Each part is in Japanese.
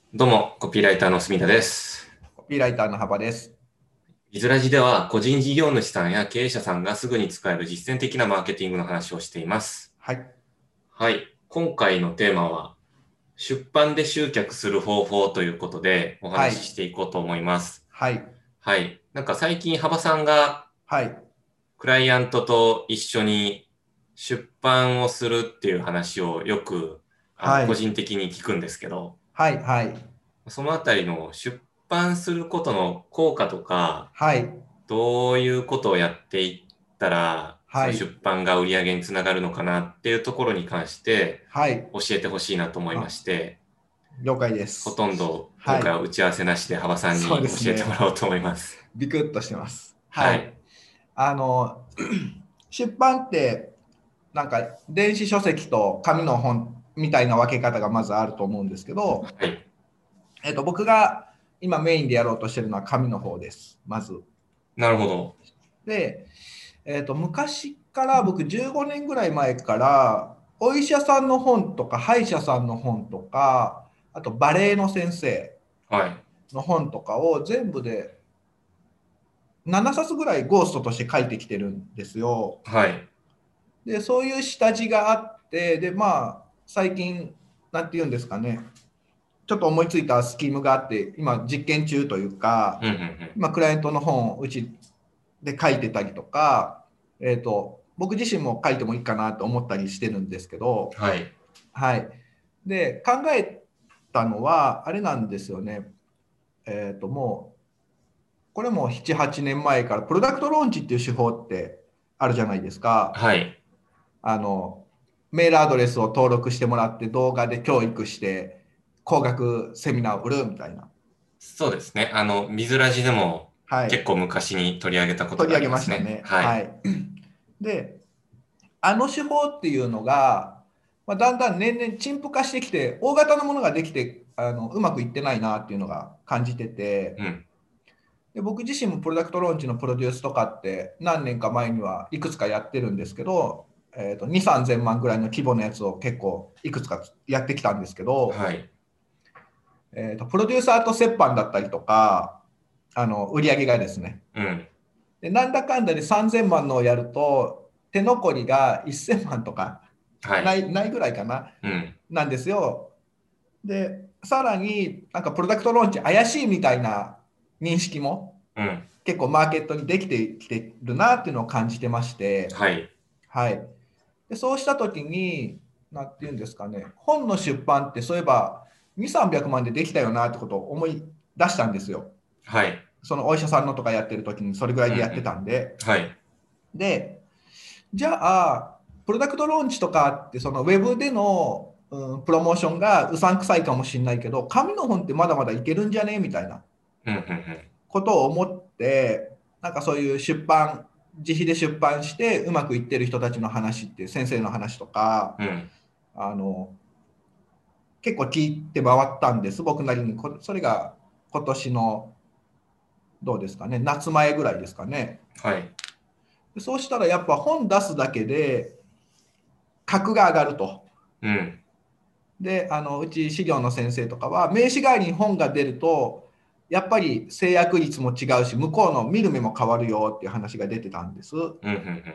どうも、コピーライターの住田です。 コピーライターの幅です。 ビズラジでは、個人事業主さんや経営者さんがすぐに使える実践的なマーケティングの話をしています。 はい。 はい。今回のテーマは、出版で集客する方法ということでお話ししはい。 ていこうと思います。 はい。 はい。なんか最近、幅さんがはい。 クライアントと一緒に出版をするっていう話をよく、個はい。 人的に聞くんですけど、 はい。はい。 そのあたりの出版することの効果とか、 はい。 どういうことをやっていったら、その出はい。 版が売り上げにつながるのかなっていうところに関してはい。 教えてほしいなと思いまあ、 して、 了解でほす。 とんど今はい。 回は打ち合わせなしで幅さんそうでに教えてもすね。 らおうと思います。 ビクッとしてます。はい。 はい。 あの、出版って、なんか、電子書籍と紙の本みたいな分け方がまずあると思うんですけど、 はい。 僕が今メインでやろうとしてるのは紙の方です。まず。 なるほど。 で、昔から僕15年ぐらい前からお医者さんの本とか歯医者さんの本とかあとバレエの先生はい。 の本とかを全部で7冊ぐらいゴーストとして書いてきてるんですよ。 はい。 でそういう下地があってでまあ最近なんて言うんですかね、ちょっと思いついたスキームがあって今実験中というか、 うん、うん、うん。 今クライアントの本をうちで書いてたりとか、僕自身も書いてもいいかなと思ったりしてるんですけど、 はい。 はい。で、考えたのは、あれなんですよね。もう、これも7、8年前から、プロダクトローンチっていう手法ってあるじゃないですか。 はい。 あの、メールアドレスを登録してもらって、動画で教育して、高額セミナーを売るみたいな。 そうですね。ミズラジでもはい。 結構昔に取り上げたことがあ取り上げりますね。 ましたね。 はい。 はい。で、あの手法っていうのが、だんだん年々陳腐化してきて、大型のものができて、うまくいってないなっていうのが感じてて、 うん。 で僕自身もプロダクトローンチのプロデュースとかって何年か前にはいくつかやってるんですけど、2、3000万ぐらいの規模のやつを結構いくつかやってきたんですけど、 はい。 プロデューサーと折半だったりとか、売り上げがですね、 うん。 でなんだかんだで3000万のをやると、手残りが1000万とかはい。 ないぐらいかな、 うん。 なんですよ。で、さらになんかプロダクトローンチ怪しいみたいな認識もうん。 結構マーケットにできてきてるなっていうのを感じてまして、 はい。 はい。で、そうした時に、なんていうんですかね、本の出版ってそういえば2、300万でできたよなってことを思い出したんですよ。 はい。 そのお医者さんのとかやってる時にそれぐらいうん。うでやってたん。 んで。 はい。 で、じゃあ、プロダクトローンチとかってそのウェブでの、プロモーションがうさんくさいかもしれないけど、紙の本ってまだまだいけるんじゃねみたいなうん。うん。うん。 ことを思って、なんかそういう出版、自費で出版してうまくいってる人たちの話って、先生の話とか、 うん。 あの、結構聞いて回ったんです、僕なりに。それが今年の、どうですかね、夏前ぐらいですかね。 はい。 そうしたらやっぱ本出すだけで格が上がると。 うん。 で、うち資料の先生とかは、名刺代わりに本が出ると、やっぱり制約率も違うし、向こうの見る目も変わるよっていう話が出てたんです。 うん。うん。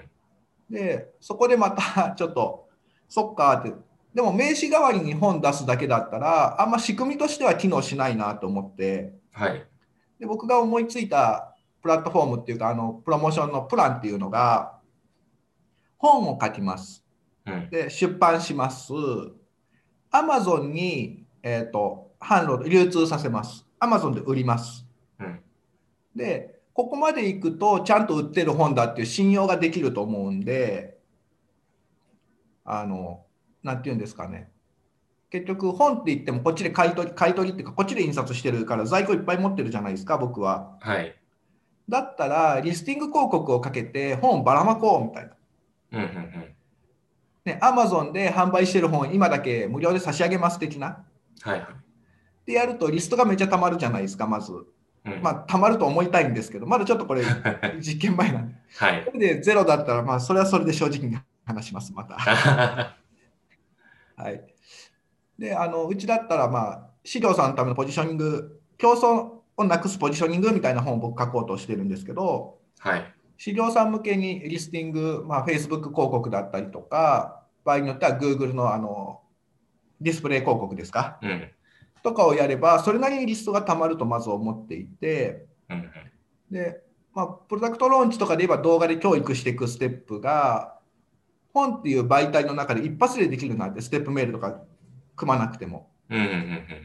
で、そこでまたちょっと、そっかって、でも名刺代わりに本出すだけだったら、あんま仕組みとしては機能しないなと思って、 はい。 で、僕が思いついたプラットフォームっていうか、プロモーションのプランっていうのが、本を書きます。 うん。 で、出版します。アマゾンに、販路、流通させます。アマゾンで売ります。 うん。 で、ここまで行くと、ちゃんと売ってる本だっていう信用ができると思うんで、あの、なんていうんですかね。結局、本って言っても、こっちで買い取りっていうか、こっちで印刷してるから、在庫いっぱい持ってるじゃないですか、僕は。 はい。 だったら、リスティング広告をかけて、本をばらまこうみたいな。 うん。うん。 ね、アマゾンで販売してる本、今だけ無料で差し上げます的な。 はい。はい。 でやると、リストがめちゃたまるじゃないですか、まず。 うん。 まあ、たまると思いたいんですけど、まだちょっとこれ、実験前なんで。 はい。 それでゼロだったら、まあ、それはそれで正直に話します、また。 あはははい。で、うちだったら、まあ、 資料さんのためのポジショニング、競争をなくすポジショニングみたいな本を僕書こうとしてるんですけど、 はい。 資料さん向けにリスティング、Facebook 広告だったりとか、場合によっては Google のディスプレイ広告ですかうん。 とかをやれば、それなりにリストがたまるとまず思っていて、 うん。 で、プロダクトローンチとかで言えば動画で教育していくステップが、本っていう媒体の中で一発でできるなんて、ステップメールとか組まなくても。 うん。うん。うん。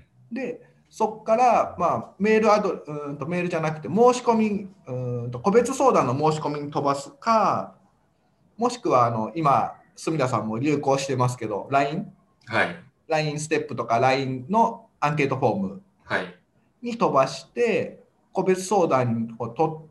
で、そこから、メールメールじゃなくて、申し込み、個別相談の申し込みに飛ばすか、もしくは今、住田さんも流行してますけど、LINE、 はい。 LINE ステップとか LINE のアンケートフォームはい。 に飛ばして、個別相談を取って、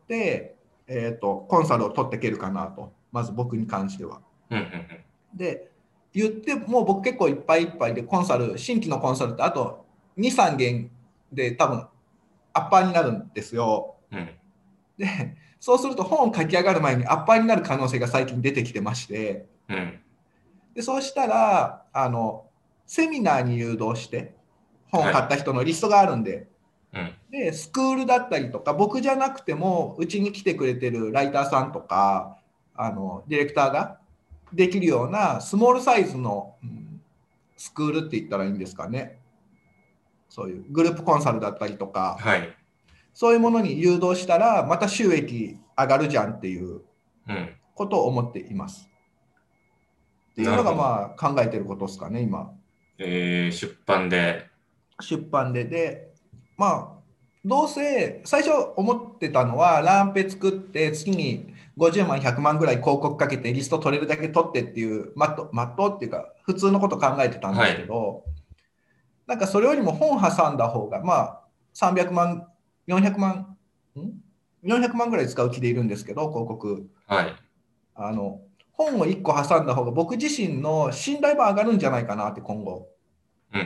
コンサルを取っていけるかなと、まず僕に関しては。 うん。うん。 で、言ってもう僕結構いっぱいいっぱいで、コンサル、新規のコンサルってあと2、3件で多分アッパーになるんですよ。 うん。 で、そうすると本を書き上がる前にアッパーになる可能性が最近出てきてまして、 うん。 でそうしたらセミナーに誘導して本をはい。 買った人のリストがあるんで、 うん。 でスクールだったりとか、僕じゃなくてもうちに来てくれてるライターさんとかディレクターができるようなスモールサイズの、スクールって言ったらいいんですかね、そういうグループコンサルだったりとか、 はい。 そういうものに誘導したらまた収益上がるじゃんっていううん。 ことを思っています。っていうのがなるほど。 考えてることですかね、今。 出版で。 出版で、どうせ最初思ってたのは、ランペ作って月に50万、100万ぐらい広告かけてリスト取れるだけ取ってっていう、まっとうっていうか、普通のこと考えてたんですけはい。 ど、なんかそれよりも本挟んだ方が、300万、400万、400万ぐらい使う気でいるんですけど、広告。 はい。 あの、本を1個挟んだ方が僕自身の信頼も上がるんじゃないかなって今後。 うん。うん。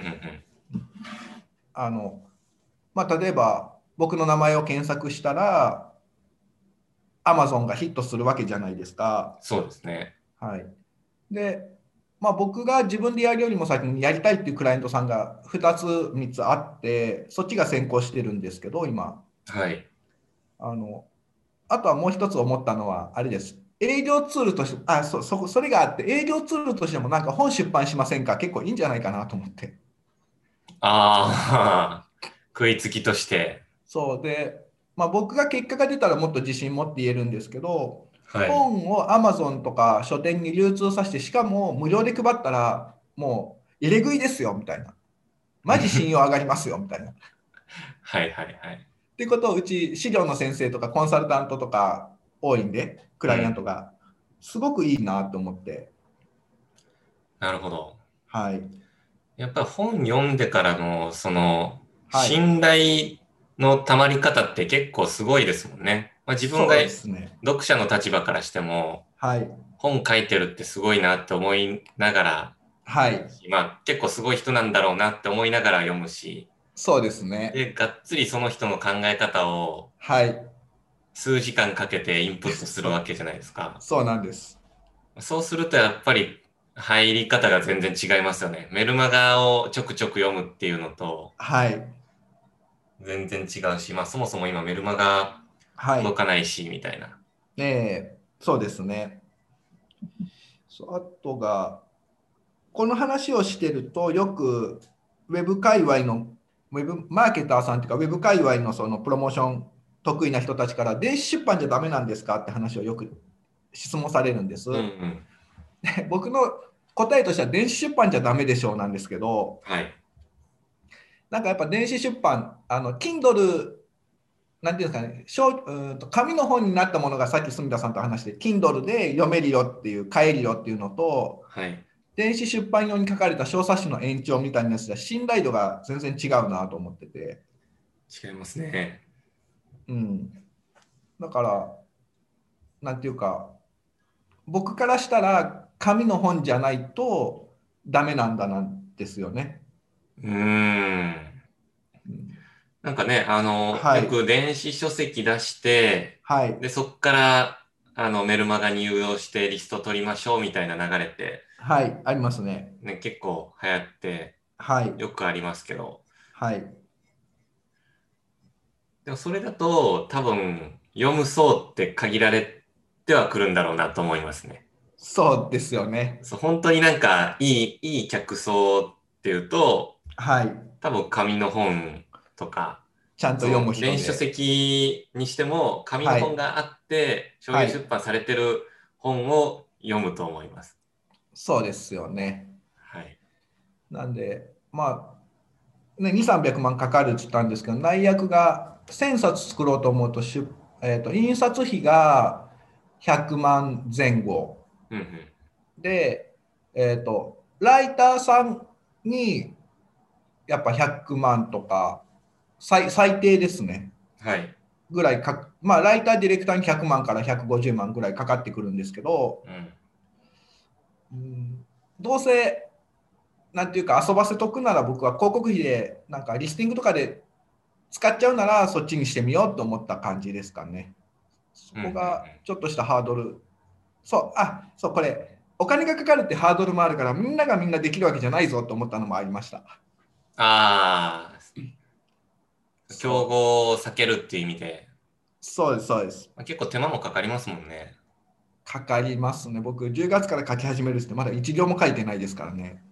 あの、例えば僕の名前を検索したら、アマゾンがヒットするわけじゃないですか。 そうですね。 はい。で、僕が自分でやるよりも先にやりたいっていうクライアントさんが2つ、3つあって、そっちが先行してるんですけど、今。 はい。 あの、あとはもう一つ思ったのは、あれです。営業ツールとして、それがあって、営業ツールとしてもなんか本出版しませんか、結構いいんじゃないかなと思って。 ああ、食いつきとして。 そうで、僕が結果が出たらもっと自信持って言えるんですけど、 はい。 本を Amazon とか書店に流通させて、しかも無料で配ったら、もう入れ食いですよみたいな。マジ信用上がりますよみたいな。っはいはいはい。 ていうことをうち、資料の先生とかコンサルタントとか多いんで、クライアンうん。 トが。すごくいいなと思って。 なるほど。 はい。 やっぱ本読んでからの、 はい。 信頼の溜まり方って結構すごいですもんね。まあ、自分がそうですね。 読者の立場からしても、 はい。 本書いてるってすごいなって思いながらはい。 読むし、まあ結構すごい人なんだろうなって思いながら読むし、 そうですね。 で、がっつりその人の考え方をはい。 数時間かけてインプットするわそけじゃないですか。 そうなんです。 そうするとやっぱり入り方が全然違いますよね。メルマガをちょくちょく読むっていうのとはい。 全然違うし、まあそもそも今メルマガはい。 届かないし、みたいな。 そうですね。あとが、この話をしてると、よくウェブ界隈の、ウェブマーケターさんというか、ウェブ界隈のそのプロモーション得意な人たちから、電子出版じゃダメなんですかって話をよく質問されるんです。 うんうん。 僕の答えとしては、電子出版じゃダメでしょうなんですけど、 はい。 なんかやっぱ電子出版、Kindle、なんていうんですかね、紙の本になったものがさっき住田さんと話して、Kindle で読めるよっていう、買えるよっていうのと、 はい。 電子出版用に書かれた小冊子の延長みたいなやつでは信頼度が全然違うなと思ってて、 違いますね。 うん、だからなんていうか、僕からしたら紙の本じゃないとダメなんだなんですよね。 うーん。 うん、 なんかね、よはい、 く電子書籍出して、 はい、 で、そっから、メルマガに誘導してリスト取りましょうみたいな流れって、 はい、ありますね。 ね、結構流行って、 はい、 よくありますけど、 はい。 でもそれだと多分読む層って限られてはくるんだろうなと思いますね。 そうですよね。 そう、本当になんかいい客層っていうと、 はい。 多分紙の本とか、 ちゃんと読むその電子書人で。 籍にしても紙のはい。 本があって商業出はい。 版されてる本を読むと思います。 そうですよね。 はい。 なんで、まあ、ね、2、300万かかるって言ったんですけど、内訳が1000冊作ろうと思うと、印刷費が100万前後うんうん。 で、ライターさんにやっぱ100万とか、最低ですね。 はい。 ぐらいまあ、ライター、ディレクターに100万から150万ぐらいかかってくるんですけど、 うん。 うん、どうせ、なんていうか、遊ばせとくなら僕は広告費で、なんかリスティングとかで使っちゃうなら、そっちにしてみようと思った感じですかね。そうんうんうこがん。 ちょっとしたハードル。そう、これ、お金がかかるってハードルもあるから、みんながみんなできるわけじゃないぞと思ったのもありました。 ああ、競そう、 合を避けるっていう意味で、 そうです、そうです。 まあ、結構手間もかかりますもんね。 かかりますね。僕、10月から書き始めるってまだ1行も書いてないですからね。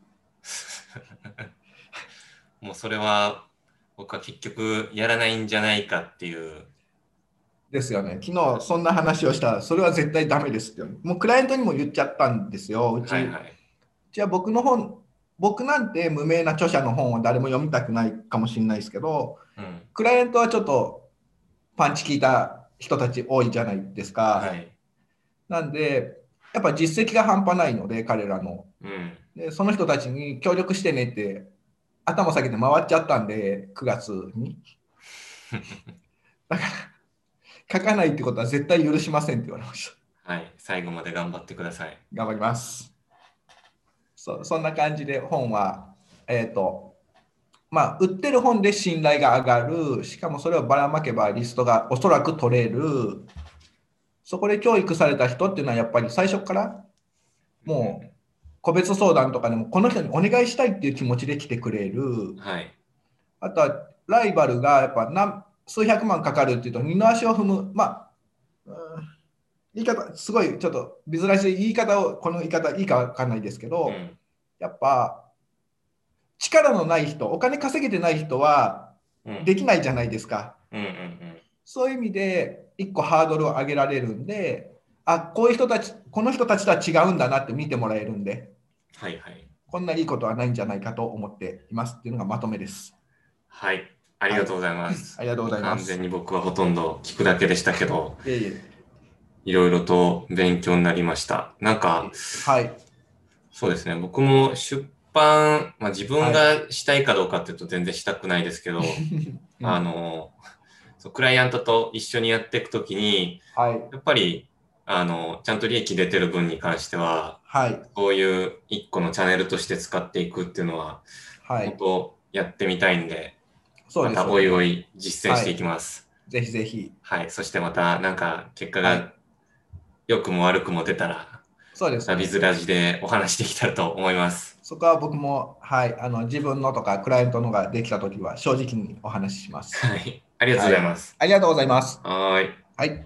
もうそれは僕は結局やらないんじゃないかっていう。 ですよね。昨日そんな話をしたら、それは絶対ダメですって。もうクライアントにも言っちゃったんですよ。 はいはい。 じゃあ僕なんて無名な著者の本を誰も読みたくないかもしれないですけど、 うん。 クライアントはちょっとパンチ効いた人たち多いじゃないですか。 はい。 なんで、やっぱ実績が半端ないので、彼らの。 うん。 で、その人たちに協力してねって頭下げて回っちゃったんで、9月に。だから書かないってことは絶対許しませんって言われました。 はい。最後まで頑張ってください。 頑張ります。そんな感じで本は、まあ、売ってる本で信頼が上がる。しかもそれをばらまけばリストがおそらく取れる。そこで教育された人っていうのはやっぱり最初からもう個別相談とかでもこの人にお願いしたいっていう気持ちで来てくれる。 はい。 あとはライバルがやっぱ数百万かかるっていうと二の足を踏む。まあ、言い方、すごいちょっと珍しい言い方を、この言い方いいかわかんないですけど、 うん。 やっぱ力のない人、お金稼げてない人はうん。 できないじゃないですか。 うんうんうん。 そういう意味で一個ハードルを上げられるんで、こういう人たち、この人たちとは違うんだなって見てもらえるんで、 はいはい。 こんないいことはないんじゃないかと思っていますっていうのがまとめです。 はい。ありはい。 がとうございます。 ありがとうごもうざいます。 完全に僕はほとんど聞くだけでしたけど、 いえいえ。 いろいろと勉強になりました。なんか、 はい。 そうですね。僕も出版、まあ自分はい。 がしたいかどうかっていうと全然したくないですけど、 うん、 そうクライアントと一緒にやっていくときに、 はい。 やっぱり、ちゃんと利益出てる分に関しては、 はい。 そういう一個のチャンネルとして使っていくっていうのは、 はい。 本当やってみたいんで、 そうです、 またそうです。 おいおい実践していきはい。 ます。 ぜひぜひ。 はい。そしてまたなんか結果がはい。 良くも悪くも出たら、 そうでまたビズすね。 ラジでお話できたらと思います。 そこは僕も、はい、自分のとかクライアントのができたときは正直にお話しします。 はい。ありがとうごはい。 ざいます。 ありがとうございます。 はーい。 はい。